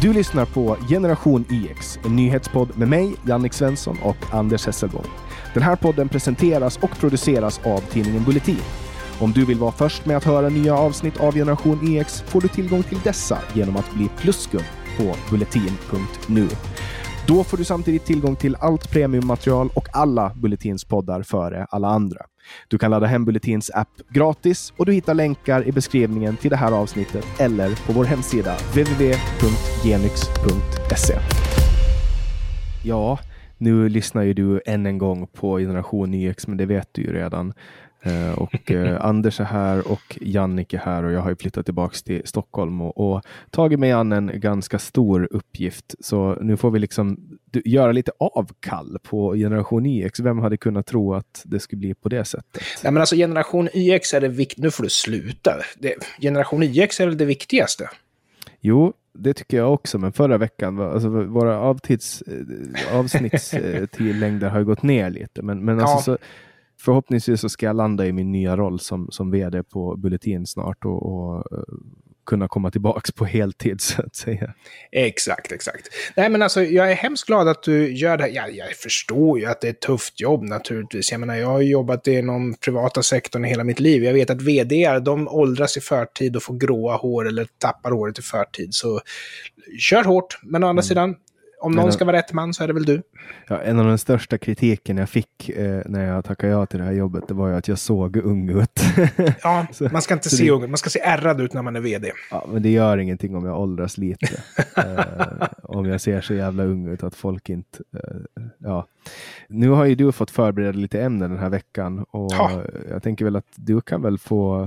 Du lyssnar på Generation YX, en nyhetspodd med mig, Jannik Svensson och Anders Hesselbom. Den här podden presenteras och produceras av tidningen Bulletin. Om du vill vara först med att höra nya avsnitt av Generation YX får du tillgång till dessa genom att bli pluskund på bulletin.nu. Då får du samtidigt tillgång till allt premiummaterial och alla Bulletins poddar före alla andra. Du kan ladda hem Bulletins app gratis och du hittar länkar i beskrivningen till det här avsnittet eller på vår hemsida www.genyx.se. Ja, nu lyssnar ju du än en gång på Generation YX, men det vet du ju redan. Och Anders är här och Jannik är här och jag har ju flyttat tillbaka till Stockholm och tagit mig an en ganska stor uppgift. Så nu får vi liksom göra lite avkall på Generation YX. Vem hade kunnat tro att det skulle bli på det sättet? Nej, men alltså Generation YX är det viktiga. Nu får du sluta. Generation YX är det viktigaste. Jo, det tycker jag också, men förra veckan alltså våra avsnittstidslängder har ju gått ner lite, men alltså så förhoppningsvis så ska jag landa i min nya roll som vd på Bulletin snart och kunna komma tillbaks på heltid så att säga. Exakt. Nej, men alltså jag är hemskt glad att du gör det här. Jag förstår ju att det är ett tufft jobb naturligtvis. Jag menar, jag har jobbat inom privata sektorn i hela mitt liv. Jag vet att vd:ar, de åldras i förtid och får gråa hår eller tappar håret i förtid. Så kör hårt, men å andra sidan, om någon ska vara rätt man så är det väl du. Ja, en av de största kritiken jag fick när jag tackade ja till det här jobbet, det var ju att jag såg ung ut. Ja, man ska inte se ung ut. Man ska se ärrad ut när man är vd. Ja, men det gör ingenting om jag åldras lite. Om jag ser så jävla ung ut att folk inte... ja. Nu har ju du fått förbereda lite ämnen den här veckan och jag tänker väl att du kan väl få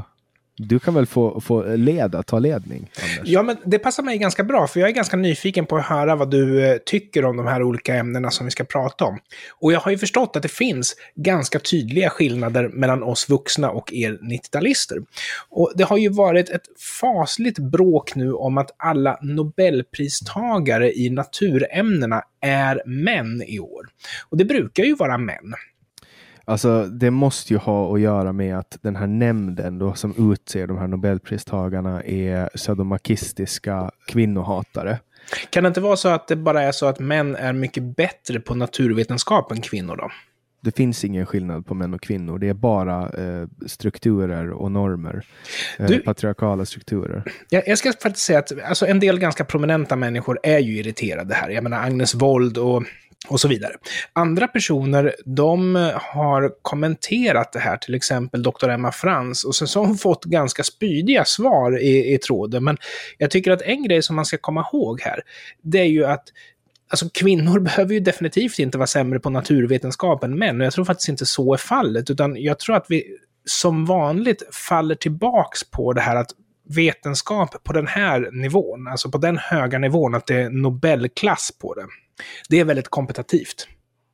ta ledning, Anders. Ja, men det passar mig ganska bra, för jag är ganska nyfiken på att höra vad du tycker om de här olika ämnena som vi ska prata om. Och jag har ju förstått att det finns ganska tydliga skillnader mellan oss vuxna och er 90-talister. Och det har ju varit ett fasligt bråk nu om att alla Nobelpristagare i naturämnena är män i år. Och det brukar ju vara män. Alltså det måste ju ha att göra med att den här nämnden då som utser de här Nobelpristagarna är sadomakistiska kvinnohatare. Kan det inte vara så att det bara är så att män är mycket bättre på naturvetenskap än kvinnor då? Det finns ingen skillnad på män och kvinnor. Det är bara strukturer och normer. Patriarkala strukturer. Jag ska faktiskt säga att alltså, en del ganska prominenta människor är ju irriterade här. Jag menar Agnes Wold och så vidare. Andra personer, de har kommenterat det här, till exempel Dr. Emma Frans, och sen så har hon fått ganska spydiga svar i tråden. Men jag tycker att en grej som man ska komma ihåg här, det är ju att alltså, kvinnor behöver ju definitivt inte vara sämre på naturvetenskap än män, och jag tror faktiskt inte så är fallet, utan jag tror att vi som vanligt faller tillbaks på det här att vetenskap på den här nivån, alltså på den höga nivån, att det är Nobelklass på det. Det är väldigt kompetitivt.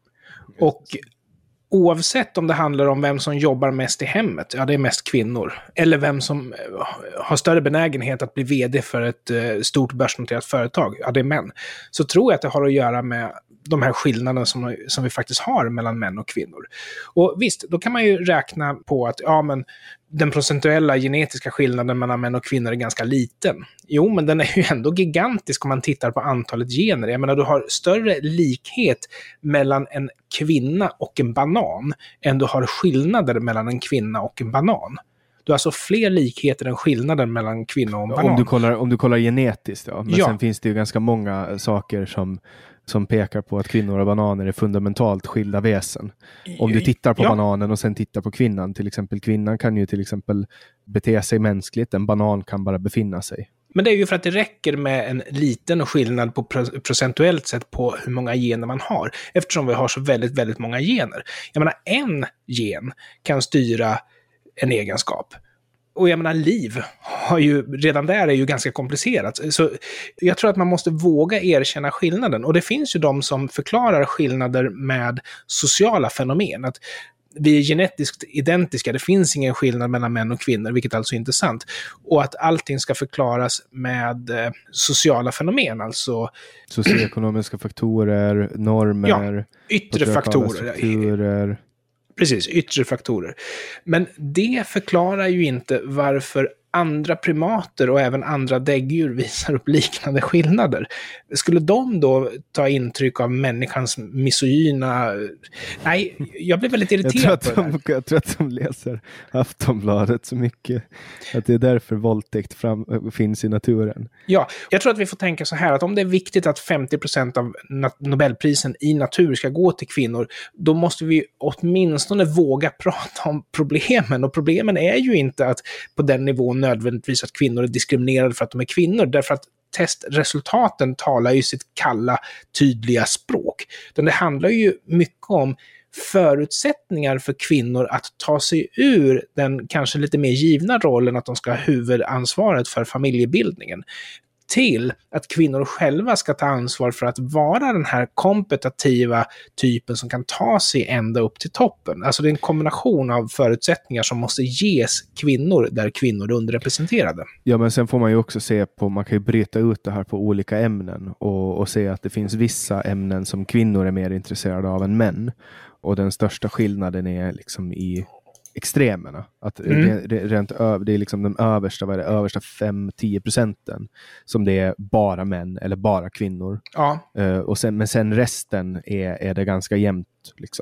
Och oavsett om det handlar om vem som jobbar mest i hemmet, ja det är mest kvinnor. Eller vem som har större benägenhet att bli vd för ett stort börsnoterat företag, ja det är män. Så tror jag att det har att göra med de här skillnaderna som vi faktiskt har mellan män och kvinnor. Och visst, då kan man ju räkna på att ja, men den procentuella genetiska skillnaden mellan män och kvinnor är ganska liten. Jo, men den är ju ändå gigantisk om man tittar på antalet gener. Jag menar, du har större likhet mellan en kvinna och en banan än du har skillnader mellan en kvinna och en banan. Du har alltså fler likheter än skillnader mellan kvinna och en banan. Om du kollar genetiskt, ja. Men sen finns det ju ganska många saker som pekar på att kvinnor och bananer är fundamentalt skilda väsen. Om du tittar på bananen och sen tittar på kvinnan, till exempel kvinnan kan ju till exempel bete sig mänskligt, en banan kan bara befinna sig. Men det är ju för att det räcker med en liten skillnad på procentuellt sett på hur många gener man har, eftersom vi har så väldigt, väldigt många gener. Jag menar, en gen kan styra en egenskap. Och jag menar, liv har ju, redan där är ju ganska komplicerat. Så jag tror att man måste våga erkänna skillnaden. Och det finns ju de som förklarar skillnader med sociala fenomen. Att vi är genetiskt identiska, det finns ingen skillnad mellan män och kvinnor, vilket alltså inte är sant. Och att allting ska förklaras med sociala fenomen, alltså socioekonomiska faktorer, normer, yttre faktorer. Strukturer. Precis, yttre faktorer. Men det förklarar ju inte varför andra primater och även andra däggdjur visar upp liknande skillnader. Skulle de då ta intryck av människans misogyna? Nej, jag blir väldigt irriterad på det. Jag tror att de läser Aftonbladet så mycket. Att det är därför våldtäkt finns i naturen. Ja, jag tror att vi får tänka så här, att om det är viktigt att 50% av Nobelprisen i natur ska gå till kvinnor, då måste vi åtminstone våga prata om problemen. Och problemen är ju inte att på den nivån nödvändigtvis att kvinnor är diskriminerade för att de är kvinnor, därför att testresultaten talar ju sitt kalla, tydliga språk. Det handlar ju mycket om förutsättningar för kvinnor att ta sig ur den kanske lite mer givna rollen att de ska ha huvudansvaret för familjebildningen, till att kvinnor själva ska ta ansvar för att vara den här kompetitiva typen som kan ta sig ända upp till toppen. Alltså det är en kombination av förutsättningar som måste ges kvinnor där kvinnor är underrepresenterade. Ja, men sen får man ju också se på, man kan ju bryta ut det här på olika ämnen och se att det finns vissa ämnen som kvinnor är mer intresserade av än män. Och den största skillnaden är liksom i extremerna. Att det är liksom de översta 5-10% som det är bara män eller bara kvinnor. Ja. Men sen resten är det ganska jämnt liksom.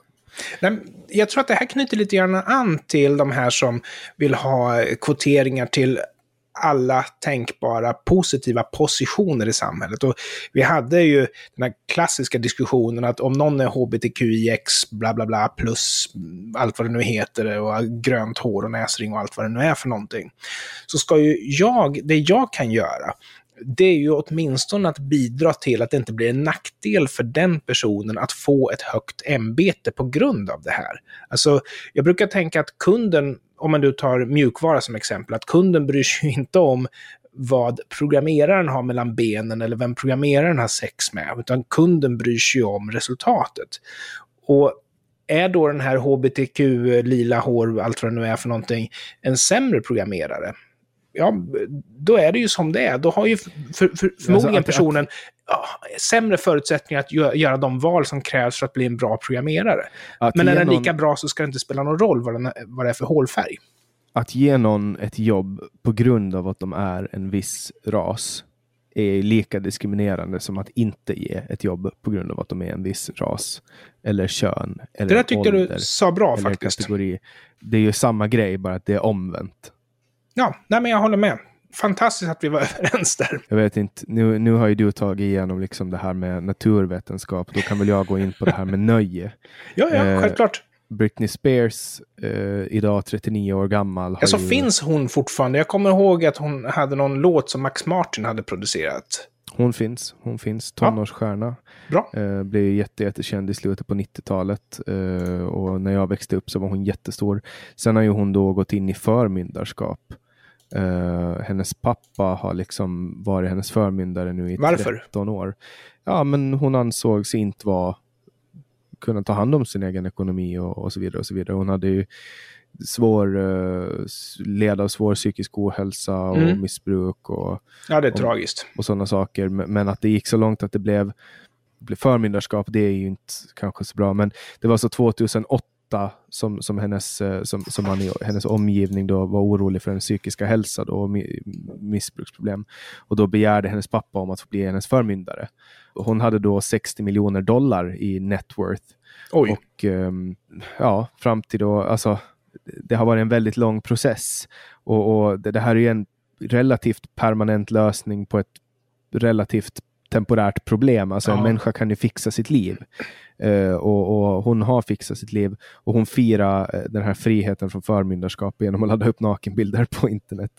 Jag tror att det här knyter lite grann an till de här som vill ha kvoteringar till alla tänkbara positiva positioner i samhället. Och vi hade ju den här klassiska diskussionen att om någon är hbtqix bla bla bla plus allt vad det nu heter och grönt hår och näsring och allt vad det nu är för någonting, så ska ju det jag kan göra, det är ju åtminstone att bidra till att det inte blir en nackdel för den personen att få ett högt ämbete på grund av det här. Alltså, jag brukar tänka att kunden, om man nu tar mjukvara som exempel, att kunden bryr sig inte om vad programmeraren har mellan benen eller vem programmeraren har sex med, utan kunden bryr sig om resultatet. Och är då den här hbtq, lila hår, allt vad det nu är för någonting, en sämre programmerare? Ja, då är det ju som det är. Då har ju förmodligen personen sämre förutsättningar att göra de val som krävs för att bli en bra programmerare. Men är den lika bra så ska det inte spela någon roll vad det är för hålfärg. Att ge någon ett jobb på grund av att de är en viss ras är lika diskriminerande som att inte ge ett jobb på grund av att de är en viss ras eller kön eller det där tyckte ålder, du sa bra eller faktiskt. Kategori. Det är ju samma grej, bara att det är omvänt. Ja, men jag håller med. Fantastiskt att vi var överens där. Jag vet inte, nu har ju du tagit igenom liksom det här med naturvetenskap. Då kan väl jag gå in på det här med nöje. Ja, självklart. Britney Spears, idag 39 år gammal. Så finns hon fortfarande? Jag kommer ihåg att hon hade någon låt som Max Martin hade producerat. Hon finns. Tonårsstjärna. Bra. Blev jättekänd i slutet på 90-talet. Och när jag växte upp så var hon jättestor. Sen har ju hon då gått in i förmyndarskap. Hennes pappa har liksom varit hennes förmyndare nu i 13 år. Ja, men hon ansåg sig inte kunna ta hand om sin egen ekonomi och så vidare och så vidare. Hon hade ju led av svår psykisk ohälsa och missbruk och ja, det är tragiskt. Och sådana saker. Men att det gick så långt att det blev förmyndarskap, det är ju inte kanske så bra. Men det var så 2008 som hennes omgivning då var orolig för hennes psykiska hälsa då, och missbruksproblem. Och då begärde hennes pappa om att få bli hennes förmyndare. Och hon hade då $60 miljoner i net worth. Oj. Och fram till då, alltså det har varit en väldigt lång process. Och det här är ju en relativt permanent lösning på ett relativt temporärt problem. Alltså en människa kan ju fixa sitt liv. Och hon har fixat sitt liv. Och hon firar den här friheten från förmyndarskap genom att ladda upp nakenbilder på internet.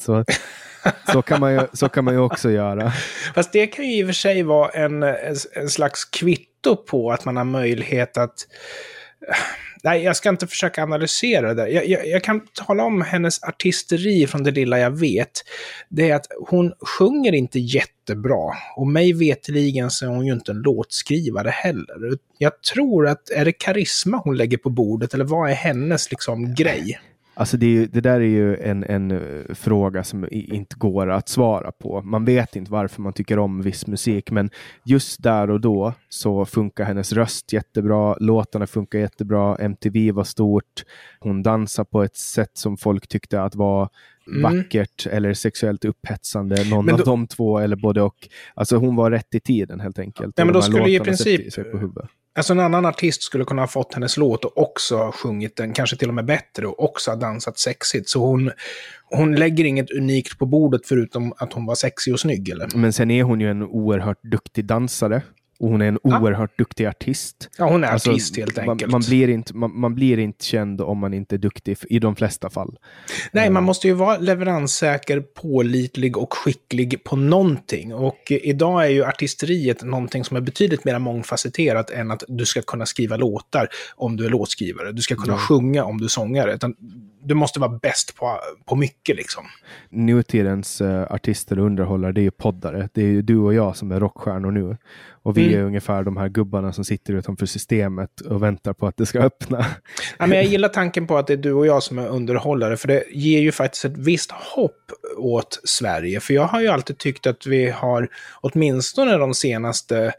Så kan man ju också göra. Fast det kan ju i och för sig vara en slags kvitto på att man har möjlighet att... Nej, jag ska inte försöka analysera det där. Jag kan tala om hennes artisteri från det lilla jag vet. Det är att hon sjunger inte jättebra. Och mig veteligen så är hon ju inte en låtskrivare heller. Jag tror att, är det karisma hon lägger på bordet? Eller vad är hennes liksom grej? Alltså det där är ju en fråga som inte går att svara på. Man vet inte varför man tycker om viss musik, men just där och då så funkar hennes röst jättebra, låtarna funkar jättebra, MTV var stort, hon dansar på ett sätt som folk tyckte att var vackert eller sexuellt upphetsande, någon av de två eller både och. Alltså hon var rätt i tiden helt enkelt. Ja, men då skulle i princip på alltså en annan artist skulle kunna ha fått hennes låt och också sjungit den, kanske till och med bättre, och också ha dansat sexigt. Så hon lägger inget unikt på bordet förutom att hon var sexig och snygg, eller? Men sen är hon ju en oerhört duktig dansare. Och hon är en oerhört duktig artist. Ja, hon är artist helt enkelt. Man blir inte känd om man inte är duktig i de flesta fall. Nej, man måste ju vara leveranssäker, pålitlig och skicklig på någonting. Och idag är ju artisteriet någonting som är betydligt mer mångfacetterat än att du ska kunna skriva låtar om du är låtskrivare. Du ska kunna sjunga om du är sångare. Utan du måste vara bäst på mycket liksom. Nutidens artister och underhållare, det är ju poddare. Det är ju du och jag som är rockstjärnor nu. Och vi är ungefär de här gubbarna som sitter utanför systemet och väntar på att det ska öppna. Ja, men jag gillar tanken på att det är du och jag som är underhållare. För det ger ju faktiskt ett visst hopp åt Sverige. För jag har ju alltid tyckt att vi har, åtminstone de senaste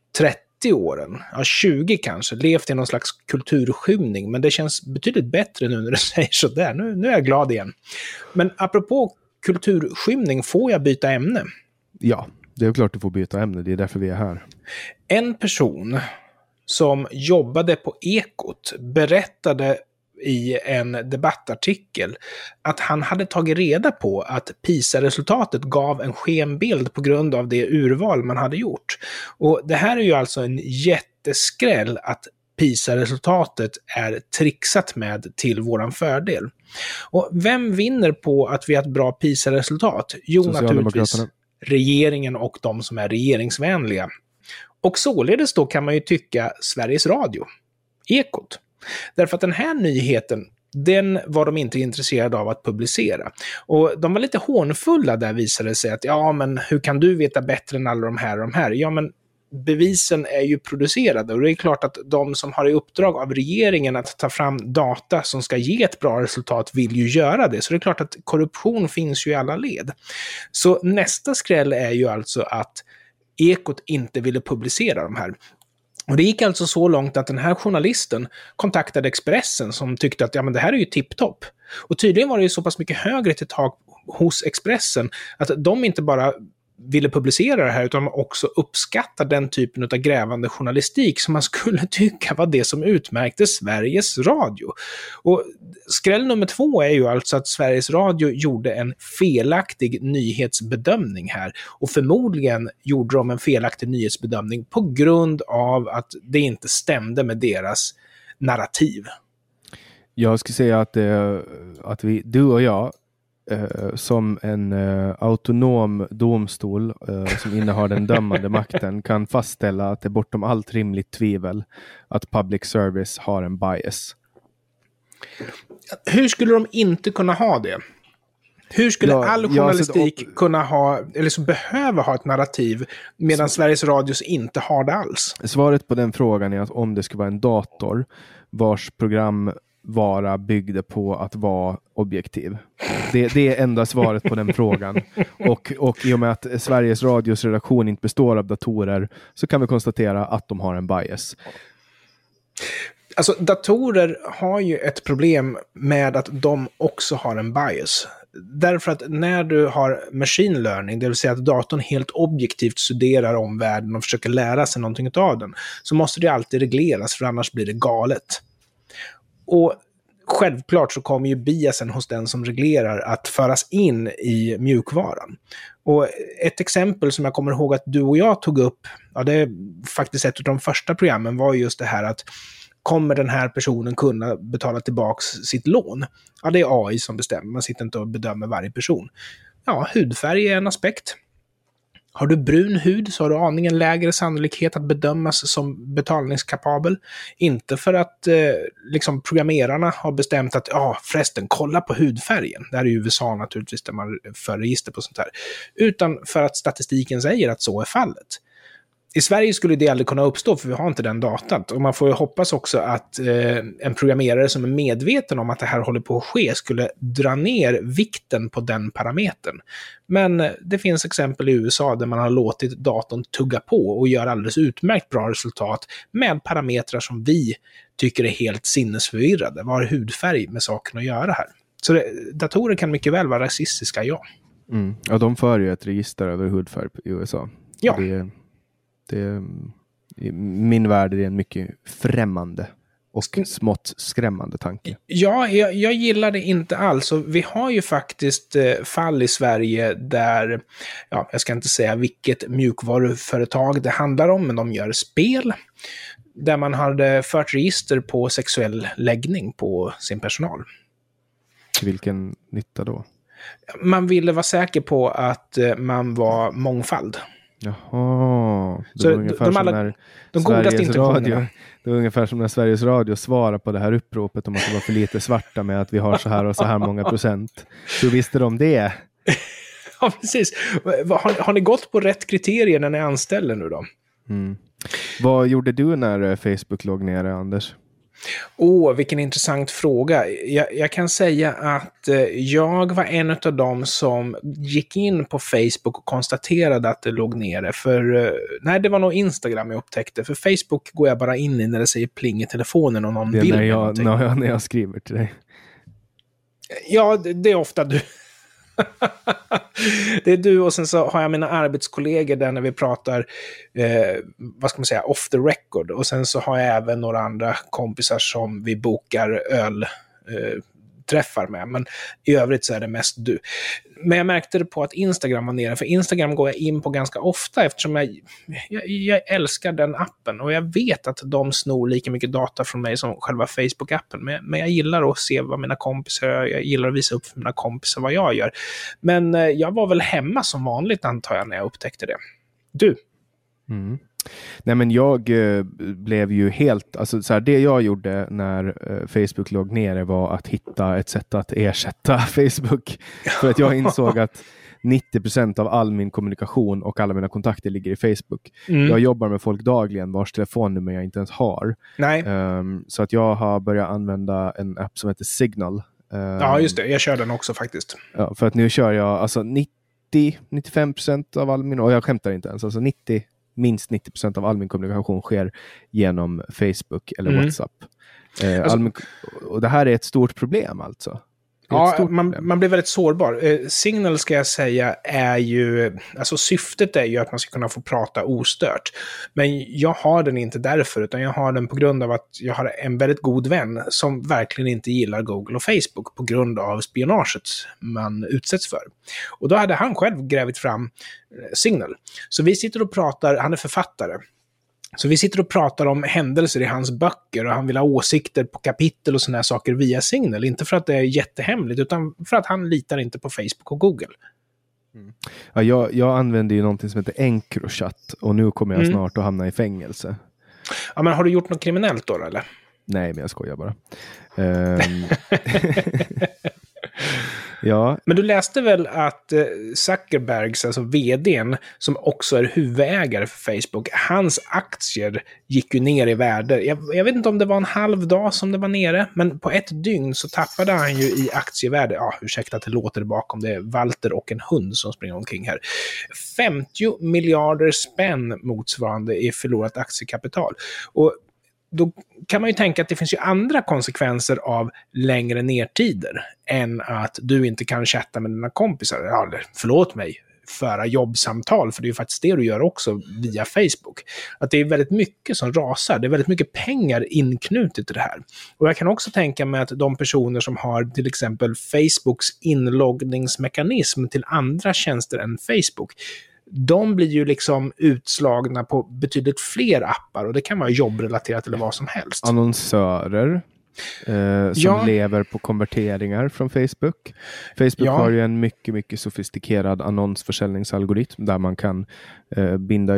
30 åren, 20 kanske, levt i någon slags kulturskymning. Men det känns betydligt bättre nu när du säger sådär. Nu är jag glad igen. Men apropå kulturskymning, får jag byta ämne? Ja. Det är klart du får byta ämne, det är därför vi är här. En person som jobbade på Ekot berättade i en debattartikel att han hade tagit reda på att PISA-resultatet gav en skenbild på grund av det urval man hade gjort. Och det här är ju alltså en jätteskräll att PISA-resultatet är trixat med till våran fördel. Och vem vinner på att vi har ett bra PISA-resultat? Jo, naturligtvis regeringen och de som är regeringsvänliga. Och således då kan man ju tycka Sveriges Radio, Ekot. Därför att den här nyheten, den var de inte intresserade av att publicera. Och de var lite hånfulla där, visade det sig att ja, men hur kan du veta bättre än alla de här? Ja, men bevisen är ju producerade och det är klart att de som har i uppdrag av regeringen att ta fram data som ska ge ett bra resultat vill ju göra det. Så det är klart att korruption finns ju i alla led. Så nästa skräll är ju alltså att Ekot inte ville publicera de här. Och det gick alltså så långt att den här journalisten kontaktade Expressen som tyckte att ja, men det här är ju tipptopp. Och tydligen var det ju så pass mycket högre till tak hos Expressen att de inte bara ville publicera det här utan också uppskattar den typen av grävande journalistik som man skulle tycka var det som utmärkte Sveriges Radio. Och skräll nummer 2 är ju alltså att Sveriges Radio gjorde en felaktig nyhetsbedömning här. Och förmodligen gjorde de en felaktig nyhetsbedömning på grund av att det inte stämde med deras narrativ. Jag skulle säga att du och jag som en autonom domstol som innehar den dömande makten kan fastställa att det är bortom allt rimligt tvivel att public service har en bias. Hur skulle de inte kunna ha det? Hur skulle all journalistik kunna ha, eller så behöva ha ett narrativ medan Sveriges Radios inte har det alls? Svaret på den frågan är att om det skulle vara en dator vars program vara byggde på att vara objektiv. Det är enda svaret på den frågan. Och i och med att Sveriges Radios redaktion inte består av datorer så kan vi konstatera att de har en bias. Alltså datorer har ju ett problem med att de också har en bias. Därför att när du har machine learning, det vill säga att datorn helt objektivt studerar omvärlden och försöker lära sig någonting av den, så måste det alltid regleras för annars blir det galet. Och självklart så kommer ju biasen hos den som reglerar att föras in i mjukvaran. Och ett exempel som jag kommer ihåg att du och jag tog upp, ja det är faktiskt ett av de första programmen, var just det här att kommer den här personen kunna betala tillbaks sitt lån? Ja, det är AI som bestämmer, man sitter inte och bedömer varje person. Ja, hudfärg är en aspekt. Har du brun hud så har du aningen lägre sannolikhet att bedömas som betalningskapabel. Inte för att liksom programmerarna har bestämt att förresten, kolla på hudfärgen. Det här är ju USA naturligtvis där man för register på sånt här. Utan för att statistiken säger att så är fallet. I Sverige skulle det aldrig kunna uppstå, för vi har inte den datat. Och man får ju hoppas också att en programmerare som är medveten om att det här håller på att ske skulle dra ner vikten på den parametern. Men det finns exempel i USA där man har låtit datorn tugga på och gör alldeles utmärkt bra resultat med parametrar som vi tycker är helt sinnesförvirrade. Vad har hudfärg med saken att göra här? Så datorer kan mycket väl vara rasistiska, ja. Ja, de för ju ett register över hudfärg i USA. Ja. I min värld är det en mycket främmande och smått skrämmande tanke. Ja, jag gillar det inte alls. Och vi har ju faktiskt fall i Sverige där, ja, jag ska inte säga vilket mjukvaruföretag det handlar om, men de gör spel där man hade fört register på sexuell läggning på sin personal. Till vilken nytta då? Man ville vara säker på att man var mångfald. Jaha. Så de godaste intentionerna. Det var ungefär som när Sveriges Radio svarar på det här uppropet om att det var för lite svarta med att vi har så här och så här många procent. Hur visste de det? Ja, precis. Har ni gått på rätt kriterier när ni anställer nu då? Vad gjorde du när Facebook låg nere, Anders? Vilken intressant fråga. Jag kan säga att jag var en av dem som gick in på Facebook och konstaterade att det låg nere. Nej, det var nog Instagram jag upptäckte. För Facebook går jag bara in i när det säger pling i telefonen och någon vill någonting. När jag skriver till dig. Ja, det är ofta du. Det är du, och sen så har jag mina arbetskollegor där när vi pratar vad ska man säga, off the record, och sen så har jag även några andra kompisar som vi bokar ölträffar med, men i övrigt så är det mest du. Men jag märkte det på att Instagram var nere, för Instagram går jag in på ganska ofta eftersom jag älskar den appen, och jag vet att de snor lika mycket data från mig som själva Facebook-appen, men jag gillar att se vad mina kompisar gör, jag gillar att visa upp för mina kompisar vad jag gör. Men jag var väl hemma som vanligt, antar jag, när jag upptäckte det. Du? Nej, men jag blev ju helt, alltså så här, det jag gjorde när Facebook låg nere var att hitta ett sätt att ersätta Facebook. För att jag insåg att 90% av all min kommunikation och alla mina kontakter ligger i Facebook. Jag jobbar med folk dagligen vars telefonnummer jag inte ens har. Nej. Så att jag har börjat använda en app som heter Signal. Ja, just det. Jag kör den också faktiskt. Ja, för att nu kör jag alltså 90-95% av all min, och jag skämtar inte ens, alltså minst 90% av all min kommunikation sker genom Facebook eller WhatsApp. Och det här är ett stort problem alltså. Ja, man blir väldigt sårbar. Signal, ska jag säga, är ju, alltså syftet är ju att man ska kunna få prata ostört. Men jag har den inte därför, utan jag har den på grund av att jag har en väldigt god vän som verkligen inte gillar Google och Facebook på grund av spionaget man utsätts för. Och då hade han själv grävt fram Signal. Så vi sitter och pratar, han är författare. Så vi sitter och pratar om händelser i hans böcker, och han vill ha åsikter på kapitel och såna här saker via Signal. Inte för att det är jättehemligt, utan för att han litar inte på Facebook och Google. Ja, jag använder ju någonting som heter Encrochat, och nu kommer jag snart att hamna i fängelse. Ja, men har du gjort något kriminellt då, eller? Nej, men jag skojar bara. Ja. Men du läste väl att Zuckerbergs, alltså vdn, som också är huvudägare för Facebook, hans aktier gick ju ner i värde. Jag vet inte om det var en halv dag som det var nere, men på ett dygn så tappade han ju i aktievärde. Ja, ursäkta att det låter bakom, det är Walter och en hund som springer omkring här. 50 miljarder spänn motsvarande i förlorat aktiekapital. Och då kan man ju tänka att det finns ju andra konsekvenser av längre nertider än att du inte kan chatta med dina kompisar. Ja, förlåt mig, föra jobbsamtal, för det är ju faktiskt det du gör också via Facebook. Att det är väldigt mycket som rasar, det är väldigt mycket pengar inknutet i det här. Och jag kan också tänka mig att de personer som har till exempel Facebooks inloggningsmekanism till andra tjänster än Facebook, de blir ju liksom utslagna på betydligt fler appar, och det kan vara jobbrelaterat eller vad som helst. Annonsörer som lever på konverteringar från Facebook. Facebook har ju en mycket, mycket sofistikerad annonsförsäljningsalgoritm där man kan binda ihop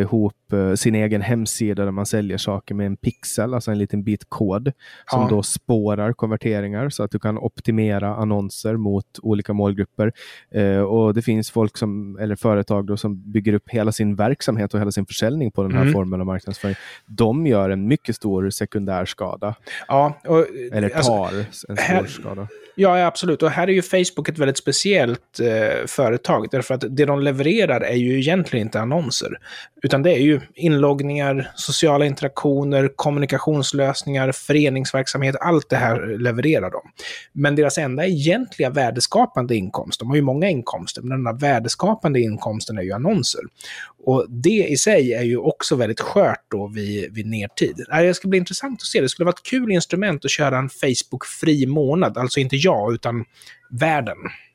sin egen hemsida där man säljer saker med en pixel, alltså en liten bit kod som då spårar konverteringar så att du kan optimera annonser mot olika målgrupper. Och det finns folk eller företag då som bygger upp hela sin verksamhet och hela sin försäljning på den här formen av marknadsföring. De gör en mycket stor sekundär skada. Ja, eller tar en stor skada. Ja, absolut. Och här är ju Facebook ett väldigt speciellt företag. Därför att det de levererar är ju egentligen inte annonser. Utan det är ju inloggningar, sociala interaktioner, kommunikationslösningar, föreningsverksamhet. Allt det här levererar de. Men deras enda egentliga värdeskapande inkomst, de har ju många inkomster, men den här värdeskapande inkomsten är ju annonser. Och det i sig är ju också väldigt skört då vid nertid. Det ska bli intressant att se. Det skulle vara ett kul instrument att köra en Facebook-fri månad. Alltså inte jag, utan världen.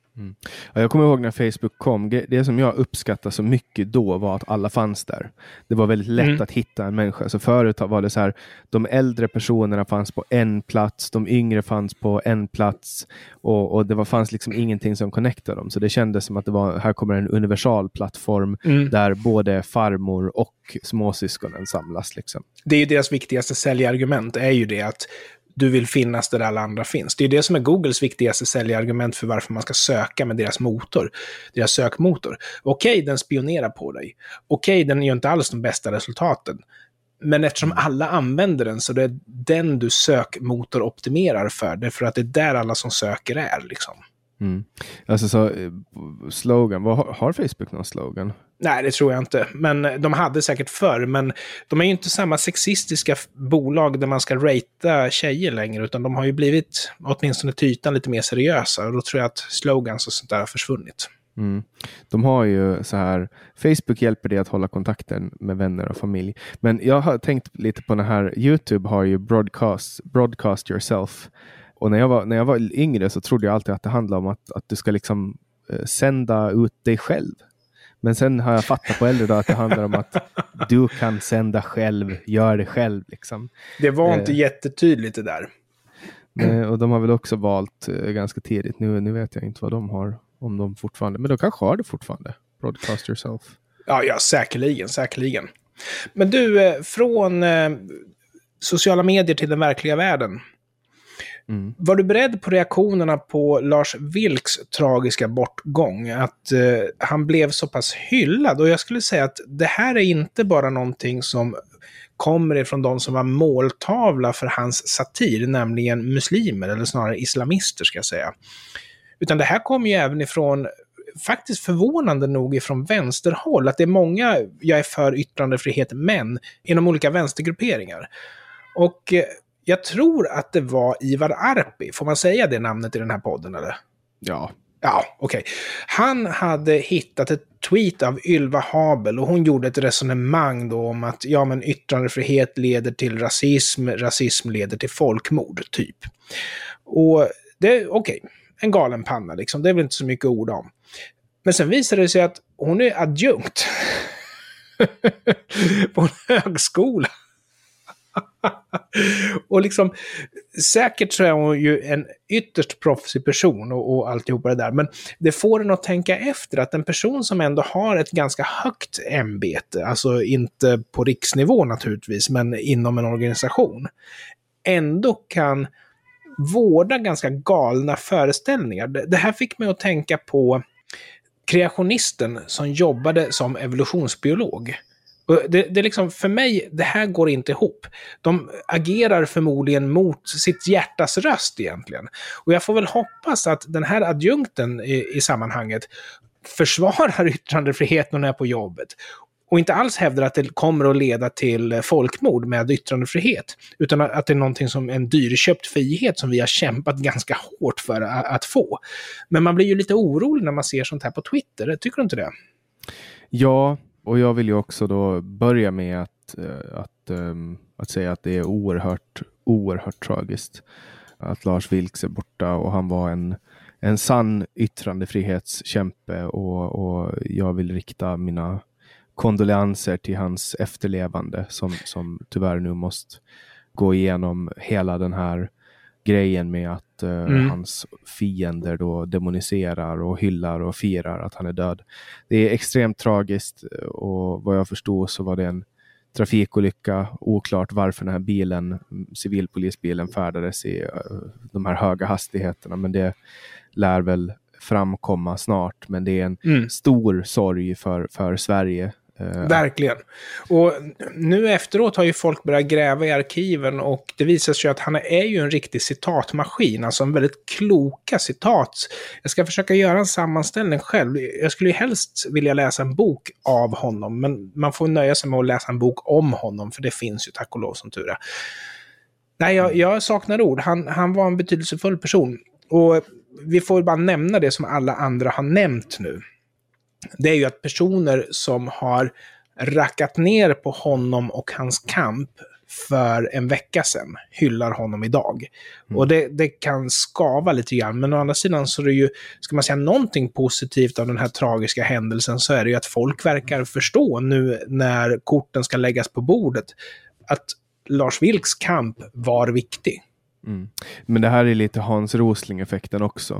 Ja, jag kommer ihåg när Facebook kom. Det som jag uppskattade så mycket då var att alla fanns där. Det var väldigt lätt att hitta en människa. Så förut var det så här, de äldre personerna fanns på en plats, de yngre fanns på en plats och det fanns liksom ingenting som connectade dem. Så det kändes som att här kommer en universal plattform där både farmor och småsyskonen samlas. Liksom. Det är ju deras viktigaste säljargument, är ju det att du vill finnas där alla andra finns. Det är det som är Googles viktigaste säljargument för varför man ska söka med deras motor. Deras sökmotor. Okej, den spionerar på dig. Okej, den gör inte alls de bästa resultaten. Men eftersom alla använder den så det är den du sökmotor optimerar för. Det är för att det är där alla som söker är liksom. Alltså så slogan, har Facebook någon slogan? Nej, det tror jag inte. Men de hade säkert förr. Men de är ju inte samma sexistiska bolag där man ska ratea tjejer längre. Utan de har ju blivit, åtminstone till ytan, lite mer seriösa. Och då tror jag att slogans och sånt där har försvunnit. De har ju så här, Facebook hjälper dig att hålla kontakten med vänner och familj. Men jag har tänkt lite på den här, YouTube har ju broadcast yourself. Och när jag var yngre så trodde jag alltid att det handlade om att du ska liksom sända ut dig själv. Men sen har jag fattat på äldre dag att det handlar om att du kan sända själv, gör det själv liksom. Det var inte jättetydligt det där. Och de har väl också valt ganska tidigt. Nu vet jag inte vad de har, om de fortfarande, men de kanske har det fortfarande. Broadcast yourself. Ja, säkerligen. Men du, från sociala medier till den verkliga världen. Var du beredd på reaktionerna på Lars Vilks tragiska bortgång? Att han blev så pass hyllad. Och jag skulle säga att det här är inte bara någonting som kommer ifrån de som var måltavla för hans satir, nämligen muslimer, eller snarare islamister ska jag säga. Utan det här kommer ju även ifrån, faktiskt förvånande nog, ifrån vänsterhåll. Att det är många, jag är för yttrandefrihet, men inom olika vänstergrupperingar. Och jag tror att det var Ivar Arpi. Får man säga det namnet i den här podden, eller? Ja. Ja, okej. Han hade hittat ett tweet av Ylva Habel och hon gjorde ett resonemang då om att yttrandefrihet leder till rasism leder till folkmord, typ. Och det är okej. En galen panna liksom. Det är väl inte så mycket ord om. Men sen visade det sig att hon är adjunkt på en högskola. Och liksom, säkert så är hon ju en ytterst proffsig person och alltihopa det där, men det får en att tänka efter att en person som ändå har ett ganska högt ämbete, alltså inte på riksnivå naturligtvis, men inom en organisation, ändå kan vårda ganska galna föreställningar. Det här fick mig att tänka på kreationisten som jobbade som evolutionsbiolog. Och det är liksom, för mig, det här går inte ihop. De agerar förmodligen mot sitt hjärtas röst egentligen. Och jag får väl hoppas att den här adjunkten i sammanhanget försvarar yttrandefriheten när är på jobbet. Och inte alls hävdar att det kommer att leda till folkmord med yttrandefrihet. Utan att det är någonting som en dyrköpt frihet som vi har kämpat ganska hårt för att få. Men man blir ju lite orolig när man ser sånt här på Twitter. Tycker du inte det? Ja, och jag vill ju också då börja med att säga att det är oerhört tragiskt att Lars Vilks är borta, och han var en sann yttrandefrihetskämpe, och jag vill rikta mina kondolenser till hans efterlevande som tyvärr nu måste gå igenom hela den här grejen med att hans fiender då demoniserar och hyllar och firar att han är död. Det är extremt tragiskt, och vad jag förstår så var det trafikolycka. Oklart varför den här bilen, civilpolisbilen, färdades i de här höga hastigheterna. Men det lär väl framkomma snart. Men det är en stor sorg för Sverige. Verkligen. Och nu efteråt har ju folk börjat gräva i arkiven och det visar sig att han är ju en riktig citatmaskin, alltså en väldigt kloka citat. Jag ska försöka göra en sammanställning själv. Jag skulle ju helst vilja läsa en bok av honom, men man får nöja sig med att läsa en bok om honom, för det finns ju tack och lov som tur är. Nej, jag saknar ord. Han var en betydelsefull person. Och vi får bara nämna det som alla andra har nämnt nu. Det är ju att personer som har rackat ner på honom och hans kamp för en vecka sedan hyllar honom idag. Och det kan skava lite grann, men å andra sidan så är det ju, ska man säga någonting positivt av den här tragiska händelsen, så är det ju att folk verkar förstå nu när korten ska läggas på bordet att Lars Vilks kamp var viktig. Men det här är lite Hans Rosling-effekten också.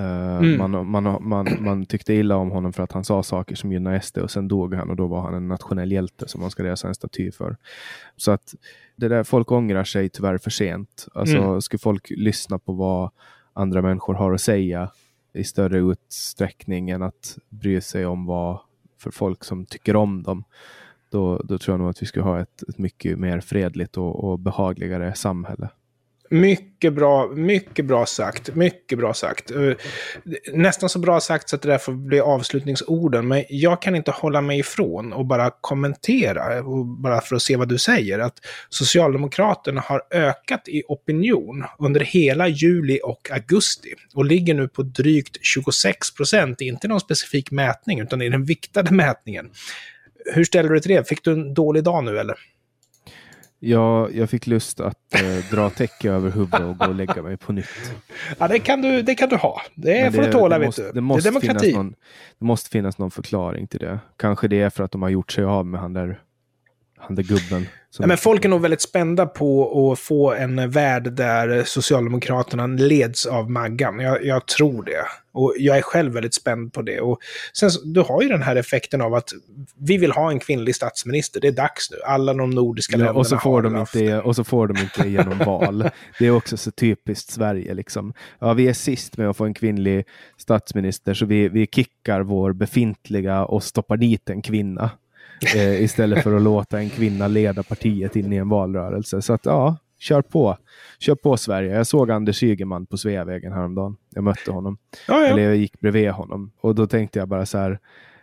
Man tyckte illa om honom för att han sa saker som gynnar SD, och sen dog han och då var han en nationell hjälte som man ska resa en staty för. Så att det där, folk ångrar sig tyvärr för sent. Alltså ska folk lyssna på vad andra människor har att säga i större utsträckning än att bry sig om vad för folk som tycker om dem, då tror jag nog att vi ska ha ett mycket mer fredligt och behagligare samhälle. Mycket bra sagt. Mycket bra sagt. Nästan så bra sagt så att det där får bli avslutningsorden. Men jag kan inte hålla mig ifrån och bara kommentera, och bara för att se vad du säger, att Socialdemokraterna har ökat i opinion under hela juli och augusti och ligger nu på drygt 26%. Inte någon specifik mätning utan i den viktade mätningen. Hur ställer du dig till det? Fick du en dålig dag nu eller? Jag fick lust att dra täcke över huvudet och gå och lägga mig på nytt. Ja, det kan du ha. Det får du tåla, vet du. Det är demokrati. Det måste finnas någon förklaring till det. Kanske det är för att de har gjort sig av med han där gubben. Ja, men folk är nog väldigt spända på att få en värld där Socialdemokraterna leds av Maggan. Jag tror det. Och jag är själv väldigt spänd på det. Och sen, du har ju den här effekten av att vi vill ha en kvinnlig statsminister. Det är dags nu. Alla de nordiska länderna och så får har och så får de inte genom val. Det är också så typiskt Sverige liksom. Ja, vi är sist med att få en kvinnlig statsminister, så vi kickar vår befintliga och stoppar dit en kvinna. Istället för att låta en kvinna leda partiet in i en valrörelse. Så att ja, kör på Sverige. Jag såg Anders Ygeman på Sveavägen häromdagen. Jag mötte honom. Ja. Eller jag gick bredvid honom. Och då tänkte jag bara så här,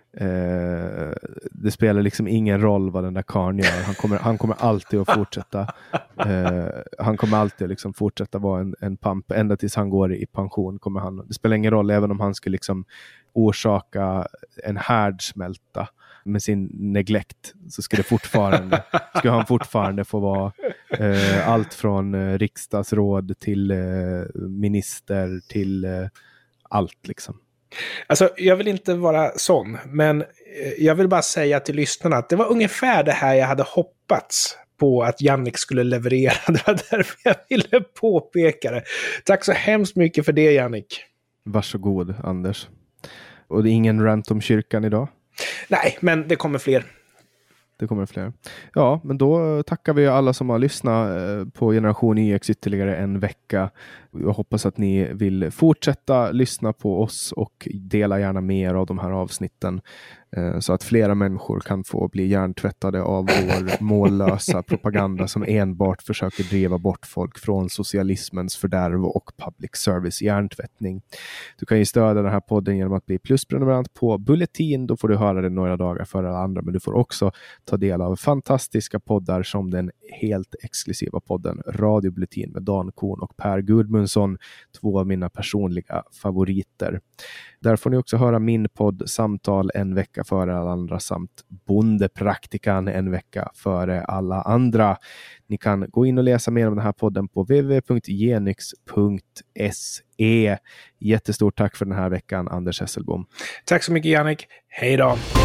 det spelar liksom ingen roll vad den där karln gör. Han kommer alltid att fortsätta. Han kommer alltid liksom fortsätta vara en pamp. Ända tills han går i pension kommer han. Det spelar ingen roll, även om han skulle liksom orsaka en härdsmälta med sin neglekt, så skulle han fortfarande få vara allt från riksdagsråd till minister till allt liksom. Alltså, jag vill inte vara sån, men jag vill bara säga till lyssnarna att det var ungefär det här jag hade hoppats på att Jannik skulle leverera. Det var därför jag ville påpeka det. Tack så hemskt mycket för det, Jannik. Varsågod, Anders. Och det är ingen rant om kyrkan idag? Nej, men det kommer fler. Det kommer fler. Ja, men då tackar vi alla som har lyssnat på Generation YX ytterligare en vecka. Jag hoppas att ni vill fortsätta lyssna på oss och dela gärna mer av de här avsnitten, så att flera människor kan få bli hjärntvättade av vår mållösa propaganda som enbart försöker driva bort folk från socialismens fördärv och public service hjärntvättning. Du kan ju stödja den här podden genom att bli plusprenumerant på Bulletin. Då får du höra det några dagar före alla andra, men du får också ta del av fantastiska poddar som den helt exklusiva podden Radio Bulletin med Dan Korn och Per Gudmundsson, två av mina personliga favoriter. Där får ni också höra min podd Samtal en vecka före alla andra samt Bondepraktikan en vecka före alla andra. Ni kan gå in och läsa mer om den här podden på www.genyx.se. Jättestort tack för den här veckan, Anders Hesselbom. Tack så mycket, Jannik. Hej då!